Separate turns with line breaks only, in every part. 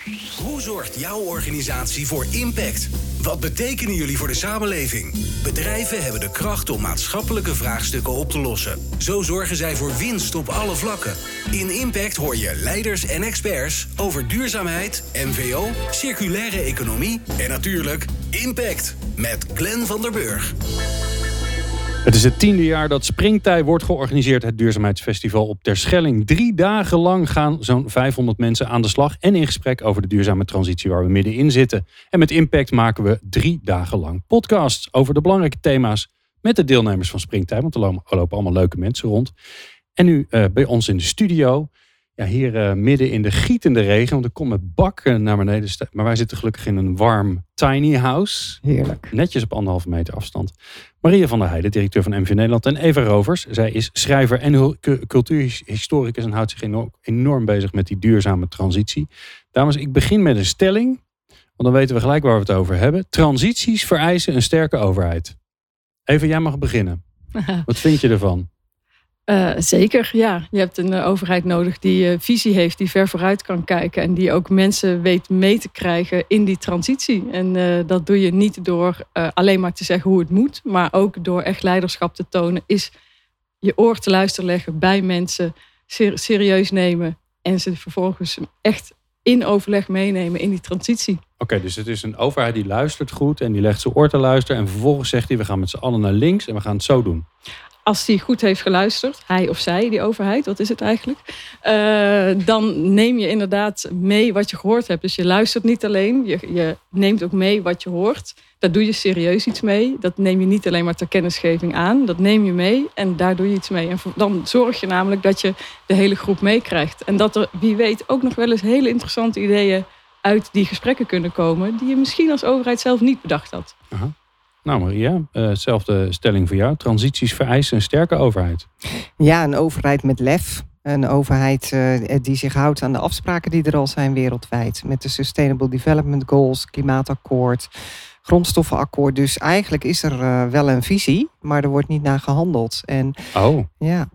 Hoe zorgt jouw organisatie voor impact? Wat betekenen jullie voor de samenleving? Bedrijven hebben de kracht om maatschappelijke vraagstukken op te lossen. Zo zorgen zij voor winst op alle vlakken. In Impact hoor je leiders en experts over duurzaamheid, MVO, circulaire economie en natuurlijk Impact met Glenn van der Burg.
Het is het 10e jaar dat Springtij wordt georganiseerd, het duurzaamheidsfestival op Terschelling. 3 dagen lang gaan zo'n 500 mensen aan de slag en in gesprek over de duurzame transitie waar we middenin zitten. En met Impact maken we 3 dagen lang podcasts over de belangrijke thema's met de deelnemers van Springtij. Want er lopen allemaal leuke mensen rond. En nu bij ons in de studio, ja, hier midden in de gietende regen, want er komt met bakken naar beneden. Maar wij zitten gelukkig in een warm tiny house.
Heerlijk.
Netjes op 1,5 meter afstand. Maria van der Heijden, directeur van MVO Nederland. En Eva Rovers. Zij is schrijver en cultuurhistoricus en houdt zich enorm bezig met die duurzame transitie. Dames, ik begin met een stelling. Want dan weten we gelijk waar we het over hebben. Transities vereisen een sterke overheid. Eva, jij mag beginnen. Wat vind je ervan?
Zeker, ja. Je hebt een overheid nodig die visie heeft, die ver vooruit kan kijken en die ook mensen weet mee te krijgen in die transitie. En dat doe je niet door alleen maar te zeggen hoe het moet, maar ook door echt leiderschap te tonen, is je oor te luisteren leggen bij mensen, serieus nemen en ze vervolgens echt in overleg meenemen in die transitie.
Oké, dus het is een overheid die luistert goed en die legt zijn oor te luisteren en vervolgens zegt hij, we gaan met z'n allen naar links en we gaan het zo doen.
Als die goed heeft geluisterd, hij of zij, die overheid, wat is het eigenlijk? Dan neem je inderdaad mee wat je gehoord hebt. Dus je luistert niet alleen, je neemt ook mee wat je hoort. Daar doe je serieus iets mee. Dat neem je niet alleen maar ter kennisgeving aan. Dat neem je mee en daar doe je iets mee. En dan zorg je namelijk dat je de hele groep meekrijgt. En dat er, wie weet, ook nog wel eens hele interessante ideeën uit die gesprekken kunnen komen, die je misschien als overheid zelf niet bedacht had.
Aha. Nou Maria, zelfde stelling voor jou. Transities vereisen een sterke overheid.
Ja, een overheid met lef. Een overheid die zich houdt aan de afspraken die er al zijn wereldwijd. Met de Sustainable Development Goals, klimaatakkoord, grondstoffenakkoord. Dus eigenlijk is er wel een visie, maar er wordt niet naar gehandeld. En ja.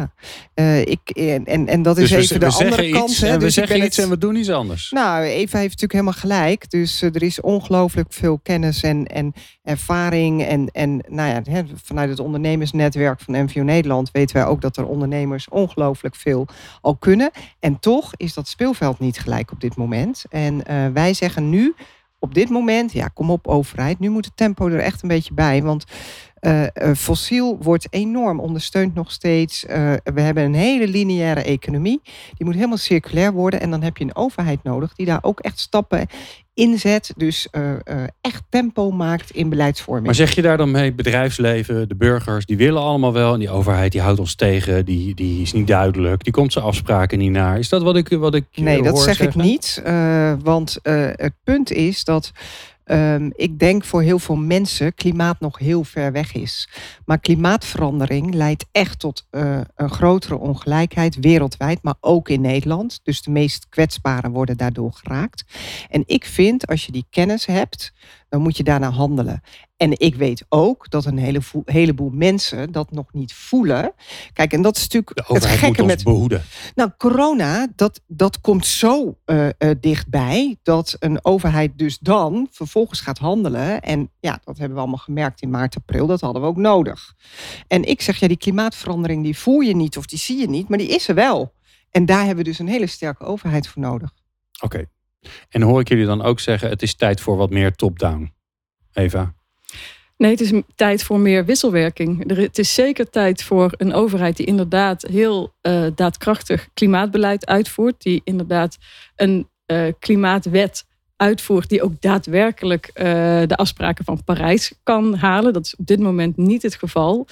En dat is
dus
even de andere kant.
En we zeggen iets en we doen iets anders.
Nou, Eva heeft natuurlijk helemaal gelijk. Dus er is ongelooflijk veel kennis en ervaring. En nou ja, vanuit het ondernemersnetwerk van MVO Nederland weten wij ook dat er ondernemers ongelooflijk veel al kunnen. En toch is dat speelveld niet gelijk op dit moment. En wij zeggen nu, op dit moment, ja, kom op overheid. Nu moet het tempo er echt een beetje bij. Want fossiel wordt enorm ondersteund nog steeds. We hebben een hele lineaire economie. Die moet helemaal circulair worden. En dan heb je een overheid nodig die daar ook echt stappen inzet. Dus echt tempo maakt in beleidsvorming.
Maar zeg je daar dan mee, bedrijfsleven, de burgers, die willen allemaal wel. En die overheid die houdt ons tegen. Die is niet duidelijk. Die komt zijn afspraken niet naar. Is dat wat ik
Nee, dat zeg
zeggen?
Ik niet. Want het punt is dat ik denk voor heel veel mensen klimaat nog heel ver weg is. Maar klimaatverandering leidt echt tot een grotere ongelijkheid wereldwijd, maar ook in Nederland. Dus de meest kwetsbaren worden daardoor geraakt. En ik vind, als je die kennis hebt, dan moet je daarna handelen. En ik weet ook dat een heleboel mensen dat nog niet voelen. Kijk, en dat is natuurlijk
de overheid
het gekke
moet ons behoeden.
Nou, corona, dat komt zo dichtbij dat een overheid dus dan vervolgens gaat handelen. En ja, dat hebben we allemaal gemerkt in maart, april. Dat hadden we ook nodig. En ik zeg, ja, die klimaatverandering die voel je niet of die zie je niet, maar die is er wel. En daar hebben we dus een hele sterke overheid voor nodig.
Oké. En hoor ik jullie dan ook zeggen, het is tijd voor wat meer top-down? Eva?
Nee, het is tijd voor meer wisselwerking. Het is zeker tijd voor een overheid die inderdaad heel daadkrachtig klimaatbeleid uitvoert. Die inderdaad een klimaatwet uitvoert die ook daadwerkelijk de afspraken van Parijs kan halen. Dat is op dit moment niet het geval.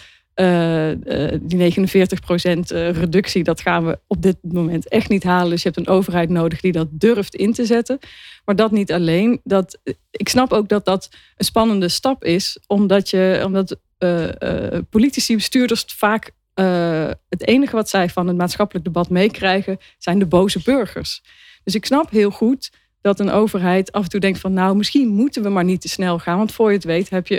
Die 49% reductie, dat gaan we op dit moment echt niet halen. Dus je hebt een overheid nodig die dat durft in te zetten. Maar dat niet alleen. Ik snap ook dat dat een spannende stap is. Omdat politici, bestuurders vaak het enige wat zij van het maatschappelijk debat meekrijgen zijn de boze burgers. Dus ik snap heel goed dat een overheid af en toe denkt van nou, misschien moeten we maar niet te snel gaan. Want voor je het weet heb je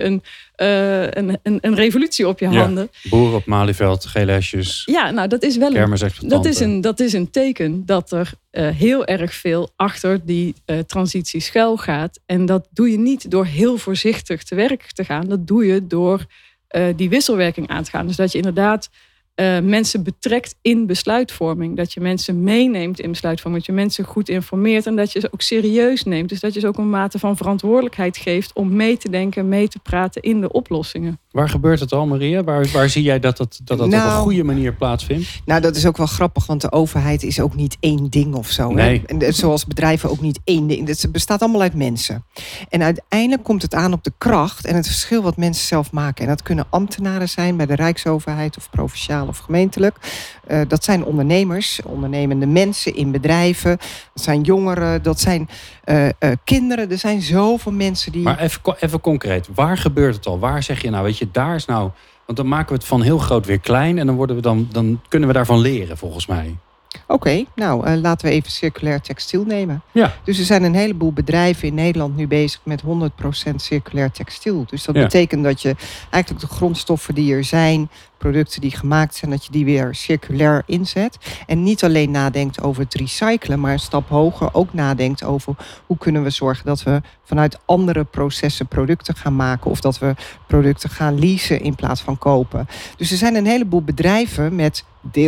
een revolutie op je handen.
Boeren op Malieveld, gele hesjes.
Ja, nou dat is wel dat is een teken dat er heel erg veel achter die transitie schuil gaat. En dat doe je niet door heel voorzichtig te werk te gaan. Dat doe je door die wisselwerking aan te gaan. Dus dat je inderdaad mensen betrekt in besluitvorming. Dat je mensen meeneemt in besluitvorming. Dat je mensen goed informeert en dat je ze ook serieus neemt. Dus dat je ze ook een mate van verantwoordelijkheid geeft om mee te denken, mee te praten in de oplossingen. Waar gebeurt het al, Maria? Waar zie jij dat op een goede manier plaatsvindt?
Nou, dat is ook wel grappig, want de overheid is ook niet één ding of zo.
Nee.
Hè? En zoals bedrijven ook niet één ding. Het bestaat allemaal uit mensen. En uiteindelijk komt het aan op de kracht en het verschil wat mensen zelf maken. En dat kunnen ambtenaren zijn bij de Rijksoverheid of provinciaal of gemeentelijk. Dat zijn ondernemers, ondernemende mensen in bedrijven. Dat zijn jongeren, dat zijn kinderen. Er zijn zoveel mensen die...
Maar even concreet, waar gebeurt het al? Waar zeg je nou, weet je, daar is nou... Want dan maken we het van heel groot weer klein en dan kunnen we daarvan leren, volgens mij.
Oké, laten we even circulair textiel nemen.
Ja.
Dus er zijn een heleboel bedrijven in Nederland nu bezig met 100% circulair textiel. Dus dat betekent dat je eigenlijk de grondstoffen die er zijn, producten die gemaakt zijn, dat je die weer circulair inzet. En niet alleen nadenkt over het recyclen, maar een stap hoger ook nadenkt over hoe kunnen we zorgen dat we vanuit andere processen producten gaan maken of dat we producten gaan leasen in plaats van kopen. Dus er zijn een heleboel bedrijven met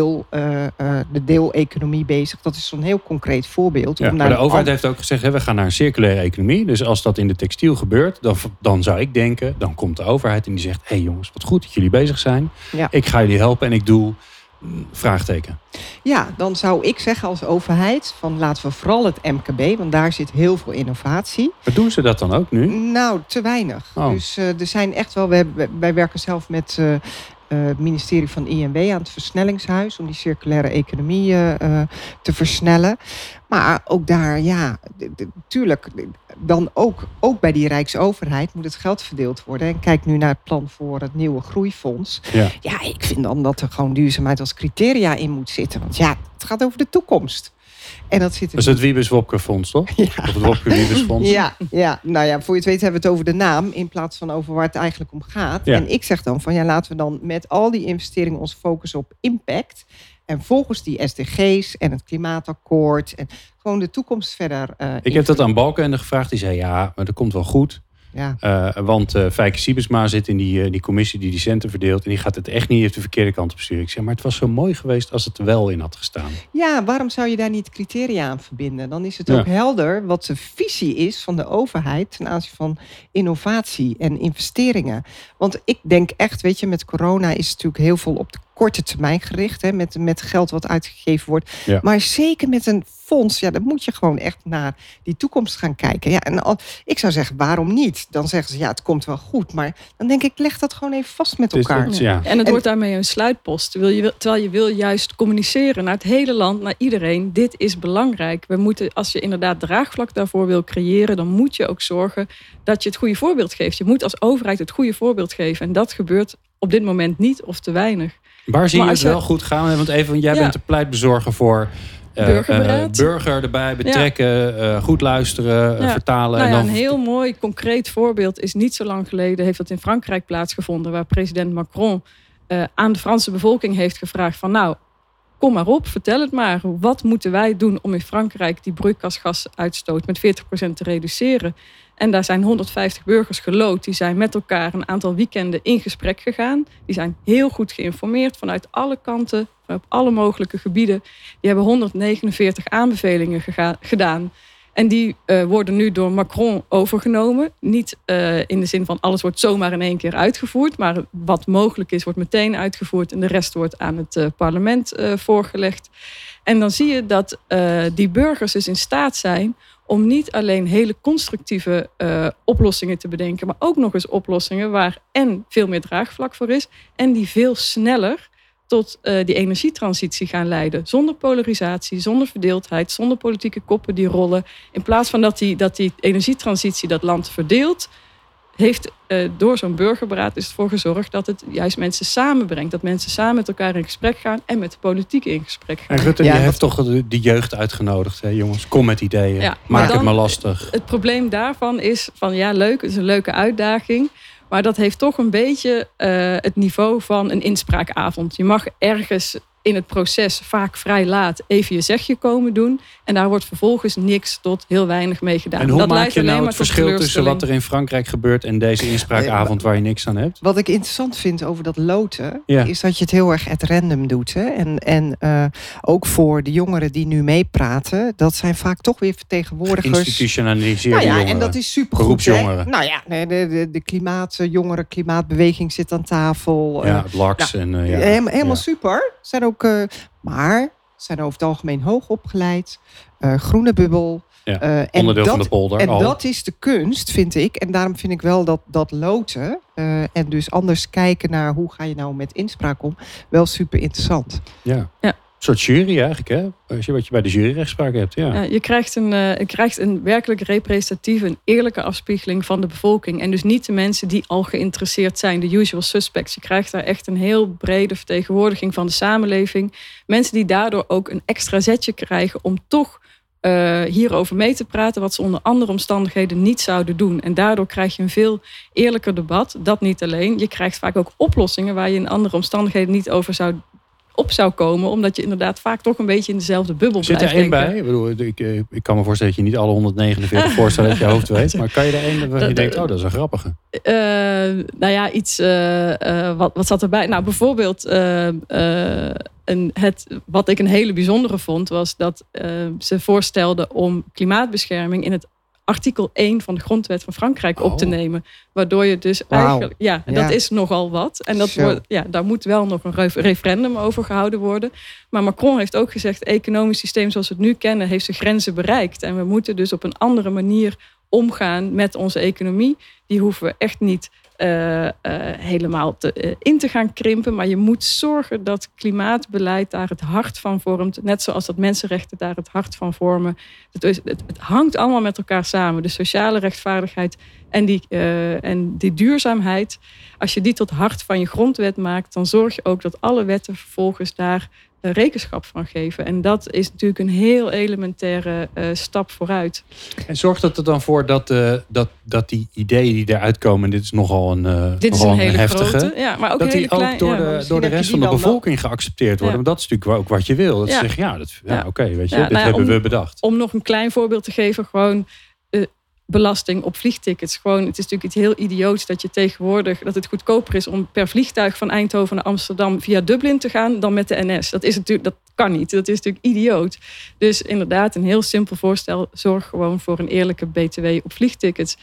de deeleconomie bezig. Dat is zo'n heel concreet voorbeeld.
Ja, maar de overheid heeft ook gezegd, we gaan naar een circulaire economie. Dus als dat in de textiel gebeurt, dan zou ik denken, dan komt de overheid en die zegt, hé jongens, wat goed dat jullie bezig zijn. Ja. Ik ga jullie helpen en ik doe vraagteken.
Ja, dan zou ik zeggen als overheid van laten we vooral het MKB, want daar zit heel veel innovatie.
Maar doen ze dat dan ook nu?
Nou, te weinig.
Oh.
Dus er zijn echt wel, wij werken zelf met het ministerie van INW aan het versnellingshuis om die circulaire economie te versnellen. Maar ook daar, natuurlijk, dan ook bij die Rijksoverheid moet het geld verdeeld worden. En kijk nu naar het plan voor het nieuwe groeifonds. Ja, ik vind dan dat er gewoon duurzaamheid als criteria in moet zitten. Want het gaat over de toekomst. En dat zit
is het Wiebes-Wopke-fonds, toch?
Ja.
Of het Wopke-Wiebes-fonds?
Ja, nou ja, voor je het weet hebben we het over de naam in plaats van over waar het eigenlijk om gaat.
Ja.
En ik zeg dan van laten we dan met al die investeringen ons focussen op impact. En volgens die SDG's en het klimaatakkoord en gewoon de toekomst verder.
Ik heb dat aan Balkenende gevraagd. Die zei maar dat komt wel goed.
Ja.
Want Fijke Siebesma zit in die commissie die centen verdeelt. En die gaat het echt niet de verkeerde kant op sturen. Ik zeg, maar het was zo mooi geweest als het er wel in had gestaan.
Ja, waarom zou je daar niet criteria aan verbinden? Dan is het ook helder wat de visie is van de overheid ten aanzien van innovatie en investeringen. Want ik denk echt, weet je, met corona is het natuurlijk heel veel op de korte termijn gericht. Hè, met geld wat uitgegeven wordt. Ja. Maar zeker met een fonds, dan moet je gewoon echt naar die toekomst gaan kijken. Ja, en ik zou zeggen, waarom niet? Dan zeggen ze, het komt wel goed. Maar dan denk ik, leg dat gewoon even vast met elkaar.
En het wordt daarmee een sluitpost. Terwijl je wil juist communiceren naar het hele land, naar iedereen. Dit is belangrijk. We moeten, als je inderdaad draagvlak daarvoor wil creëren, dan moet je ook zorgen dat je het goede voorbeeld geeft. Je moet als overheid het goede voorbeeld geven. En dat gebeurt op dit moment niet of te weinig.
Waar zie je het wel goed gaan? Want jij bent de pleitbezorger voor burger erbij betrekken, goed luisteren, vertalen.
Een heel mooi concreet voorbeeld is niet zo lang geleden heeft dat in Frankrijk plaatsgevonden, waar president Macron aan de Franse bevolking heeft gevraagd van kom maar op, vertel het maar. Wat moeten wij doen om in Frankrijk die broeikasgasuitstoot met 40% te reduceren? En daar zijn 150 burgers gelood. Die zijn met elkaar een aantal weekenden in gesprek gegaan. Die zijn heel goed geïnformeerd vanuit alle kanten, op alle mogelijke gebieden. Die hebben 149 aanbevelingen gedaan. En die worden nu door Macron overgenomen. Niet in de zin van alles wordt zomaar in één keer uitgevoerd. Maar wat mogelijk is, wordt meteen uitgevoerd. En de rest wordt aan het parlement voorgelegd. En dan zie je dat die burgers dus in staat zijn om niet alleen hele constructieve oplossingen te bedenken, maar ook nog eens oplossingen waar en veel meer draagvlak voor is en die veel sneller tot die energietransitie gaan leiden. Zonder polarisatie, zonder verdeeldheid, zonder politieke koppen die rollen. In plaats van dat die energietransitie dat land verdeelt, heeft door zo'n burgerberaad is het voor gezorgd dat het juist mensen samenbrengt. Dat mensen samen met elkaar in gesprek gaan en met de politiek in gesprek gaan.
En Rutte die heeft toch die jeugd uitgenodigd. Hè, jongens, kom met ideeën.
Ja,
Maak het maar lastig.
Het probleem daarvan is van leuk, het is een leuke uitdaging. Maar dat heeft toch een beetje het niveau van een inspraakavond. Je mag ergens in het proces vaak vrij laat even je zegje komen doen. En daar wordt vervolgens niks tot heel weinig mee gedaan.
En hoe
dat
maak je nou het
tot
verschil tussen wat er in Frankrijk gebeurt en deze inspraakavond waar je niks aan hebt?
Wat ik interessant vind over dat loten, is dat je het heel erg at random doet. Hè? En ook voor de jongeren die nu meepraten, dat zijn vaak toch weer vertegenwoordigers.
Institutionaliseerde jongeren.
En dat is supergoed.
Beroepsjongeren.
Nou ja, de klimaatjongeren, klimaatbeweging zit aan tafel.
Het LAX.
Helemaal super. Zijn ook, maar zijn over het algemeen hoog opgeleid. Groene bubbel.
Onderdeel van de polder.
En dat is de kunst, vind ik. En daarom vind ik wel dat loten en dus anders kijken naar hoe ga je nou met inspraak om, wel super interessant.
Ja. Een soort jury eigenlijk, hè? Wat je bij de juryrechtspraak hebt. Ja.
Je krijgt een werkelijk representatieve en eerlijke afspiegeling van de bevolking. En dus niet de mensen die al geïnteresseerd zijn, de usual suspects. Je krijgt daar echt een heel brede vertegenwoordiging van de samenleving. Mensen die daardoor ook een extra zetje krijgen om toch hierover mee te praten, wat ze onder andere omstandigheden niet zouden doen. En daardoor krijg je een veel eerlijker debat. Dat niet alleen. Je krijgt vaak ook oplossingen waar je in andere omstandigheden niet over op zou komen, omdat je inderdaad vaak toch een beetje in dezelfde bubbel blijft denken.
Zit er één bij? Ik bedoel, ik kan me voorstellen dat je niet alle 149 voorstellen uit je hoofd weet, maar kan je er één waar je denkt, dat is een grappige?
Wat zat erbij? Nou, bijvoorbeeld wat ik een hele bijzondere vond, was dat ze voorstelden om klimaatbescherming in het artikel 1 van de grondwet van Frankrijk op te nemen. Waardoor je dus eigenlijk... dat is nogal wat. En daar moet wel nog een referendum over gehouden worden. Maar Macron heeft ook gezegd, het economisch systeem zoals we het nu kennen, heeft zijn grenzen bereikt. En we moeten dus op een andere manier omgaan met onze economie. Die hoeven we echt niet helemaal in te gaan krimpen. Maar je moet zorgen dat klimaatbeleid daar het hart van vormt. Net zoals dat mensenrechten daar het hart van vormen. Het hangt allemaal met elkaar samen. De sociale rechtvaardigheid en die duurzaamheid. Als je die tot hart van je grondwet maakt, dan zorg je ook dat alle wetten vervolgens daar rekenschap van geven. En dat is natuurlijk een heel elementaire stap vooruit.
En zorgt het er dan voor dat die ideeën die eruit komen, dit is nogal een hele heftige,
grote, maar ook
dat die ook door de rest van de bevolking geaccepteerd worden. Want dat is natuurlijk ook wat je wil. Dat ze zeggen, weet je, dit hebben we bedacht.
Om nog een klein voorbeeld te geven, gewoon belasting op vliegtickets. Het is natuurlijk iets heel idioots dat je tegenwoordig, dat het goedkoper is om per vliegtuig van Eindhoven naar Amsterdam via Dublin te gaan dan met de NS. Dat kan niet. Dat is natuurlijk idioot. Dus inderdaad, een heel simpel voorstel. Zorg gewoon voor een eerlijke BTW op vliegtickets.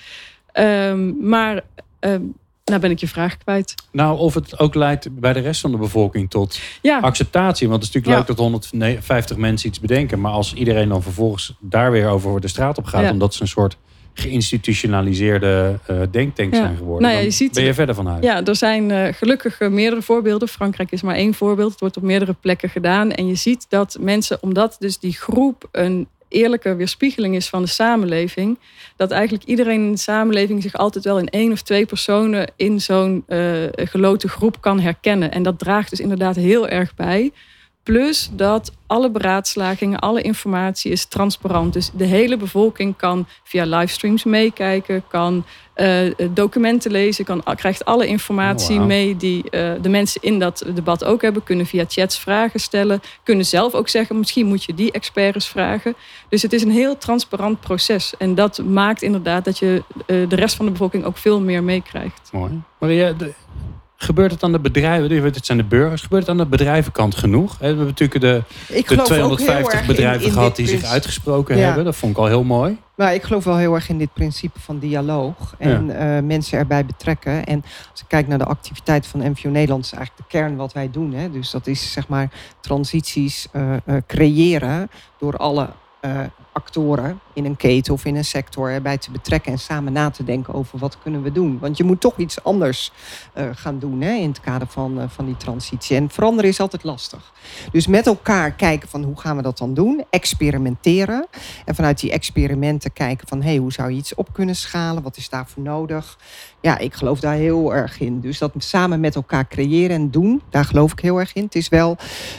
Nou ben ik je vraag kwijt.
Nou, of het ook leidt bij de rest van de bevolking tot acceptatie. Want het is natuurlijk leuk dat 150 mensen iets bedenken. Maar als iedereen dan vervolgens daar weer over de straat op gaat, omdat ze een soort geïnstitutionaliseerde denktank zijn geworden. Dan ben je verder van huis.
Ja, er zijn gelukkig meerdere voorbeelden. Frankrijk is maar één voorbeeld. Het wordt op meerdere plekken gedaan. En je ziet dat mensen, omdat dus die groep een eerlijke weerspiegeling is van de samenleving, dat eigenlijk iedereen in de samenleving zich altijd wel in 1 of 2 personen in zo'n geloten groep kan herkennen. En dat draagt dus inderdaad heel erg bij. Plus dat alle beraadslagingen, alle informatie is transparant. Dus de hele bevolking kan via livestreams meekijken, kan documenten lezen, krijgt alle informatie mee die de mensen in dat debat ook hebben. Kunnen via chats vragen stellen. Kunnen zelf ook zeggen, misschien moet je die experts vragen. Dus het is een heel transparant proces. En dat maakt inderdaad dat je de rest van de bevolking ook veel meer meekrijgt.
Mooi. Maria, gebeurt het aan de bedrijven, dit zijn de burgers, gebeurt het aan de bedrijvenkant genoeg? We hebben natuurlijk de 250 bedrijven gehad die zich uitgesproken hebben. Dat vond ik al heel mooi.
Maar ik geloof wel heel erg in dit principe van dialoog. En mensen erbij betrekken. En als ik kijk naar de activiteit van MVO Nederland, is eigenlijk de kern wat wij doen. Dus dat is zeg maar transities creëren door alle actoren in een keten of in een sector erbij te betrekken en samen na te denken over wat kunnen we doen. Want je moet toch iets anders gaan doen in het kader van die transitie. En veranderen is altijd lastig. Dus met elkaar kijken van hoe gaan we dat dan doen? Experimenteren. En vanuit die experimenten kijken van hoe zou je iets op kunnen schalen? Wat is daarvoor nodig? Ja, ik geloof daar heel erg in. Dus dat samen met elkaar creëren en doen, daar geloof ik heel erg in. Het is wel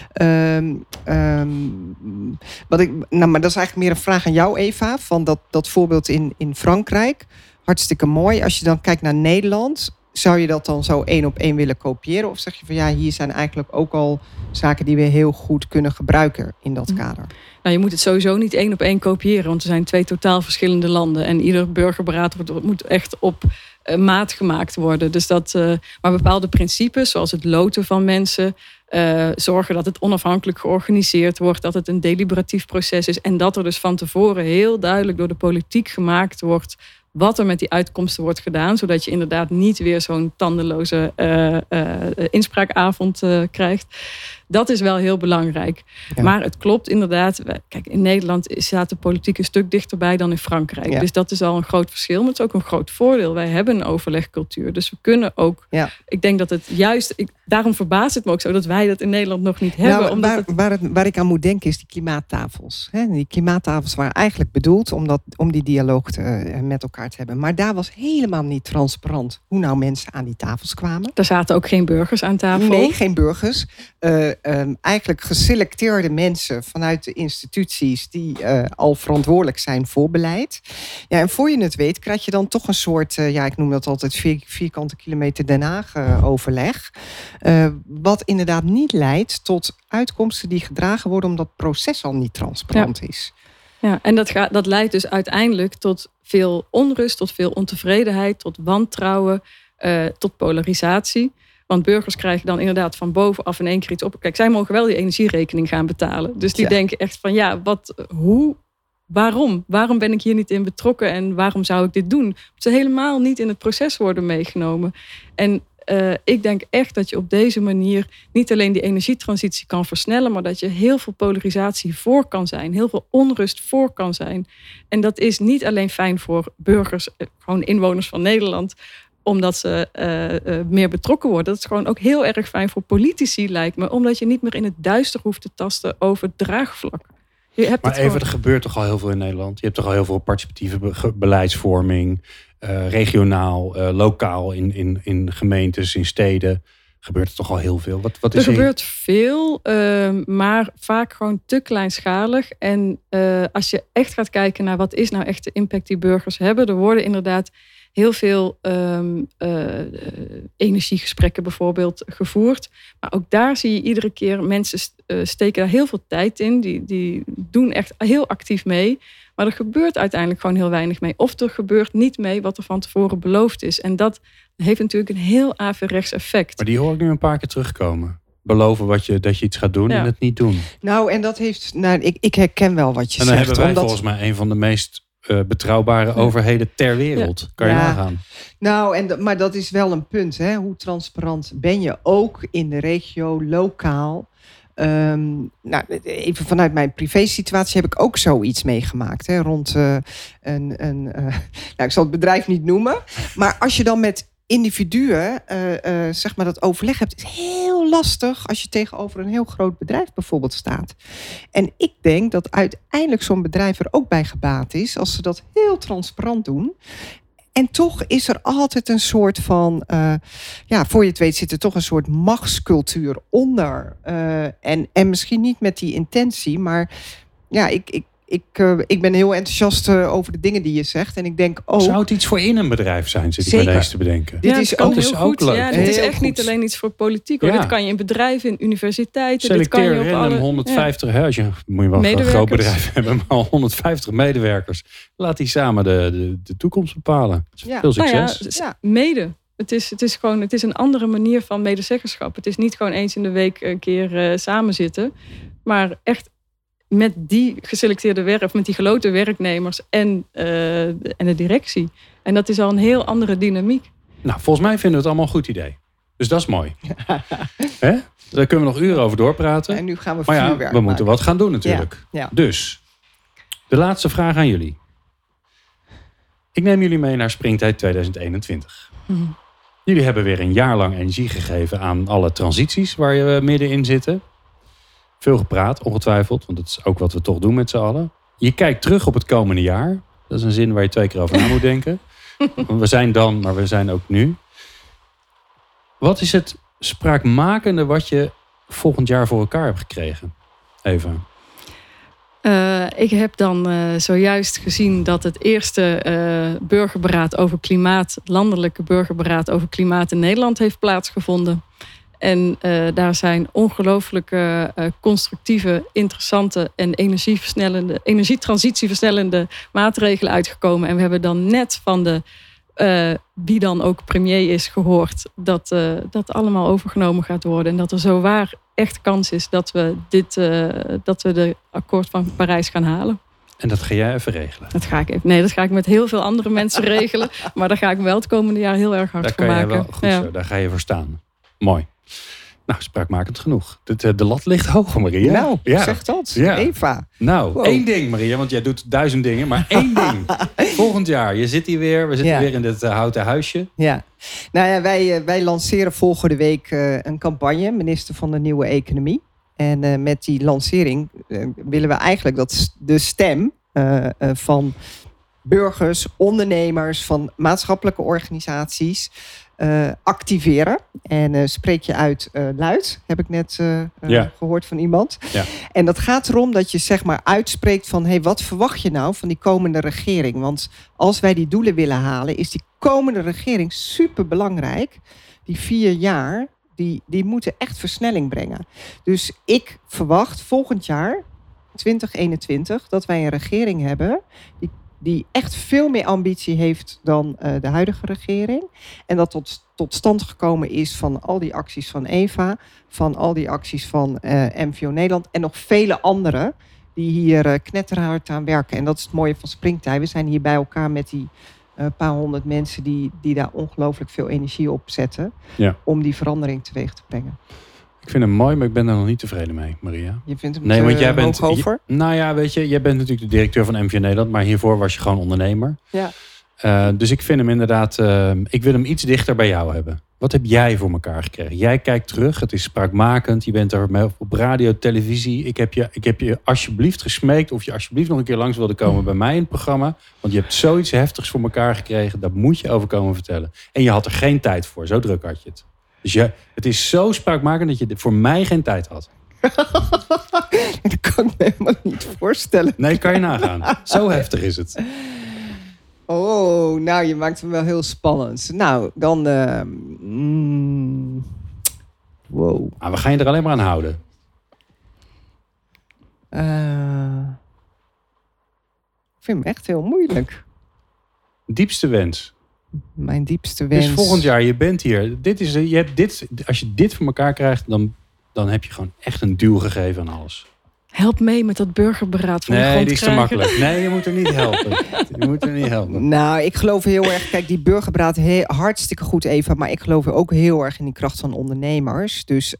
maar dat is eigenlijk meer een vraag aan jou, Eva, van dat voorbeeld in Frankrijk. Hartstikke mooi. Als je dan kijkt naar Nederland, zou je dat dan zo 1 op 1 willen kopiëren? Of zeg je van hier zijn eigenlijk ook al zaken die we heel goed kunnen gebruiken in dat kader?
Nou, je moet het sowieso niet 1 op 1 kopiëren, want er zijn 2 totaal verschillende landen. En ieder burgerberaad moet echt op maat gemaakt worden. Dus maar bepaalde principes, zoals het loten van mensen, zorgen dat het onafhankelijk georganiseerd wordt, dat het een deliberatief proces is en dat er dus van tevoren heel duidelijk door de politiek gemaakt wordt wat er met die uitkomsten wordt gedaan, zodat je inderdaad niet weer zo'n tandeloze inspraakavond krijgt. Dat is wel heel belangrijk. Ja. Maar het klopt inderdaad. Kijk, in Nederland staat de politiek een stuk dichterbij dan in Frankrijk. Ja. Dus dat is al een groot verschil. Maar het is ook een groot voordeel. Wij hebben een overlegcultuur. Dus we kunnen ook... Ja. Ik denk dat het juist... Daarom verbaast het me ook zo dat wij dat in Nederland nog niet hebben.
Nou, waar ik aan moet denken is die klimaattafels. Die klimaattafels waren eigenlijk bedoeld om die dialoog met elkaar te hebben. Maar daar was helemaal niet transparant hoe nou mensen aan die tafels kwamen.
Er zaten ook geen burgers aan tafel.
Nee, geen burgers. Eigenlijk geselecteerde mensen vanuit de instituties die al verantwoordelijk zijn voor beleid. Ja, en voor je het weet krijg je dan toch een soort, ik noem dat altijd vierkante kilometer Den Haag overleg. Wat inderdaad niet leidt tot uitkomsten die gedragen worden omdat het proces al niet transparant is.
Ja, en dat leidt dus uiteindelijk tot veel onrust, tot veel ontevredenheid, tot wantrouwen, tot polarisatie. Want burgers krijgen dan inderdaad van bovenaf in één keer iets op. Kijk, zij mogen wel die energierekening gaan betalen. Dus die denken echt van waarom? Waarom ben ik hier niet in betrokken en waarom zou ik dit doen? Omdat ze helemaal niet in het proces worden meegenomen. En ik denk echt dat je op deze manier niet alleen die energietransitie kan versnellen, maar dat je heel veel polarisatie voor kan zijn. Heel veel onrust voor kan zijn. En dat is niet alleen fijn voor burgers, gewoon inwoners van Nederland, omdat ze meer betrokken worden. Dat is gewoon ook heel erg fijn voor politici, lijkt me. Omdat je niet meer in het duister hoeft te tasten over het draagvlak.
Maar even, er gebeurt toch al heel veel in Nederland? Je hebt toch al heel veel participatieve beleidsvorming, regionaal, lokaal, in gemeentes, in steden. Gebeurt er toch al heel veel? Wat is
er gebeurt veel, maar vaak gewoon te kleinschalig. En als je echt gaat kijken naar wat is nou echt de impact die burgers hebben, er worden inderdaad heel veel energiegesprekken bijvoorbeeld gevoerd. Maar ook daar zie je iedere keer mensen steken daar heel veel tijd in. Die doen echt heel actief mee. Maar er gebeurt uiteindelijk gewoon heel weinig mee. Of er gebeurt niet mee wat er van tevoren beloofd is. En dat heeft natuurlijk een heel averechts effect.
Maar die hoor ik nu een paar keer terugkomen. Beloven dat je iets gaat doen en het niet doen.
Nou, en dat heeft... ik herken wel wat je zegt.
En dan hebben wij volgens mij een van de meest betrouwbare overheden ter wereld. Ja. Kan je nagaan.
Nou, maar dat is wel een punt. Hè? Hoe transparant ben je ook in de regio, lokaal? Even vanuit mijn privésituatie heb ik ook zoiets meegemaakt. Hè? Rond ik zal het bedrijf niet noemen. Maar als je dan met individuen zeg maar dat overleg hebt, is heel lastig als je tegenover een heel groot bedrijf bijvoorbeeld staat. En ik denk dat uiteindelijk zo'n bedrijf er ook bij gebaat is als ze dat heel transparant doen. En toch is er altijd een soort van, voor je het weet zit er toch een soort machtscultuur onder. En misschien niet met die intentie, maar ja, ik ben heel enthousiast over de dingen die je zegt. En ik denk ook...
Zou het iets voor in een bedrijf zijn, zit ik bij deze te bedenken?
Dit is ook leuk. Ja, dit is echt niet alleen iets voor politiek. Hoor. Ja. Dit kan je in bedrijven, in universiteiten.
Selecteer
dit kan je op
random 150... Als je moet je wel een groot bedrijf hebben, maar 150 medewerkers. Laat die samen de toekomst bepalen. Veel succes.
Mede. Het is een andere manier van medezeggenschap. Het is niet gewoon eens in de week een keer samen zitten. Maar echt met die geselecteerde met die geloten werknemers en de directie. En dat is al een heel andere dynamiek.
Nou, volgens mij vinden we het allemaal een goed idee. Dus dat is mooi. Hè? Daar kunnen we nog uren over doorpraten.
En nu gaan we
vuurwerk maken. We moeten wat gaan doen natuurlijk.
Ja.
Dus, De laatste vraag aan jullie. Ik neem jullie mee naar Springtijd 2021. Jullie hebben weer een jaar lang energie gegeven aan alle transities waar je middenin zitten. Veel gepraat, ongetwijfeld, want dat is ook wat we toch doen met z'n allen. Je kijkt terug op het komende jaar. Dat is een zin waar je 2 keer over na moet denken. We zijn dan, maar we zijn ook nu. Wat is het spraakmakende wat je volgend jaar voor elkaar hebt gekregen? Eva.
Ik heb dan zojuist gezien dat het eerste burgerberaad over klimaat, landelijke burgerberaad over klimaat in Nederland heeft plaatsgevonden. En daar zijn ongelooflijke constructieve, interessante en energietransitieversnellende maatregelen uitgekomen. En we hebben dan net van de wie dan ook premier is gehoord dat allemaal overgenomen gaat worden. En dat er zowaar echt kans is dat we de akkoord van Parijs gaan halen.
En dat ga jij even regelen?
Dat ga ik met heel veel andere mensen regelen. Maar daar ga ik me wel het komende jaar heel erg hard voor maken.
Daar kan je wel goed zo, daar ga je voor staan. Mooi. Nou, spraakmakend genoeg. De lat ligt hoog, Maria.
Nou, zeg dat. Ja. Eva.
Nou, wow. 1 ding, Maria, want jij doet 1000 dingen. Maar 1 ding. Volgend jaar, je zit hier weer. We zitten weer in dit houten huisje.
Ja. Nou ja, wij lanceren volgende week een campagne. Minister van de Nieuwe Economie. En met die lancering willen we eigenlijk dat de stem van burgers, ondernemers, van maatschappelijke organisaties activeren. En spreek je uit luid, heb ik net gehoord van iemand. Ja. En dat gaat erom dat je zeg maar uitspreekt van hey, wat verwacht je nou van die komende regering? Want als wij die doelen willen halen, is die komende regering superbelangrijk. Die 4 jaar, die moeten echt versnelling brengen. Dus ik verwacht volgend jaar, 2021, dat wij een regering hebben die echt veel meer ambitie heeft dan de huidige regering. En dat tot stand gekomen is van al die acties van Eva, van al die acties van MVO Nederland en nog vele anderen die hier knetterhard aan werken. En dat is het mooie van Springtij. We zijn hier bij elkaar met die paar honderd mensen die daar ongelooflijk veel energie op zetten om die verandering teweeg te brengen.
Ik vind hem mooi, maar ik ben daar nog niet tevreden mee, Maria.
Je vindt hem want jij bent over?
Nou ja, weet je, jij bent natuurlijk de directeur van MVO Nederland, maar hiervoor was je gewoon ondernemer. Ja. Dus ik vind hem inderdaad, ik wil hem iets dichter bij jou hebben. Wat heb jij voor elkaar gekregen? Jij kijkt terug, het is spraakmakend, je bent er op radio, televisie. Ik heb je alsjeblieft gesmeekt of je alsjeblieft nog een keer langs wilde komen bij mij in het programma. Want je hebt zoiets heftigs voor elkaar gekregen, dat moet je over komen vertellen. En je had er geen tijd voor, zo druk had je het. Dus het is zo spraakmakend dat je voor mij geen tijd had.
Dat kan ik me helemaal niet voorstellen.
Nee, kan je nagaan. Zo heftig is het.
Oh, nou, je maakt hem wel heel spannend. Nou, dan... wow.
Ah, we gaan je er alleen maar aan houden.
Ik vind hem echt heel moeilijk.
Diepste wens.
Mijn diepste wens.
Dus volgend jaar, je bent hier. Als je dit voor elkaar krijgt, dan heb je gewoon echt een duw gegeven aan alles.
Help mee met dat burgerberaad van de grond.
Nee, die is te makkelijk. Nee, je moet er niet helpen.
Nou, ik geloof heel erg... Kijk, die burgerberaad, hartstikke goed, Eva. Maar ik geloof ook heel erg in die kracht van ondernemers. Dus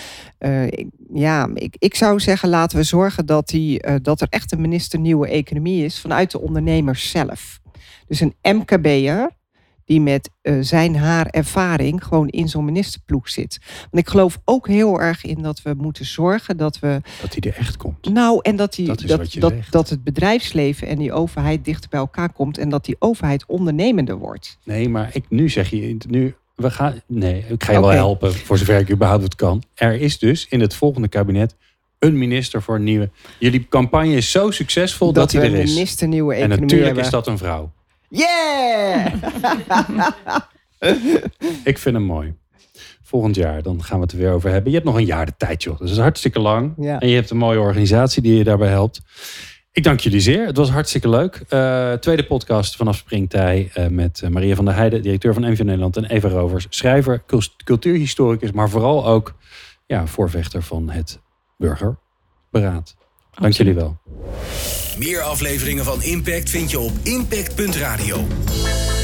ik zou zeggen, laten we zorgen dat er echt een minister Nieuwe Economie is vanuit de ondernemers zelf. Dus een MKB'er die met haar ervaring gewoon in zo'n ministerploeg zit. Want ik geloof ook heel erg in dat we moeten zorgen dat we...
Dat die er echt komt.
Nou, en dat het bedrijfsleven en die overheid dichter bij elkaar komt en dat die overheid ondernemender wordt.
Nee, maar ik ga je wel helpen, voor zover ik überhaupt het kan. Er is dus in het volgende kabinet een minister voor een nieuwe... Jullie campagne is zo succesvol dat hij er is.
Minister Nieuwe Economie
en natuurlijk
hebben.
Is dat een vrouw.
Yeah!
Ik vind hem mooi. Volgend jaar, dan gaan we het er weer over hebben. Je hebt nog een jaar de tijd, joh. Dat is hartstikke lang. Ja. En je hebt een mooie organisatie die je daarbij helpt. Ik dank jullie zeer. Het was hartstikke leuk. Tweede podcast vanaf Springtij met Maria van der Heijden, directeur van MVO Nederland, en Eva Rovers, schrijver, cultuurhistoricus, maar vooral ook voorvechter van het burgerberaad. Dank jullie wel.
Meer afleveringen van Impact vind je op impact.radio.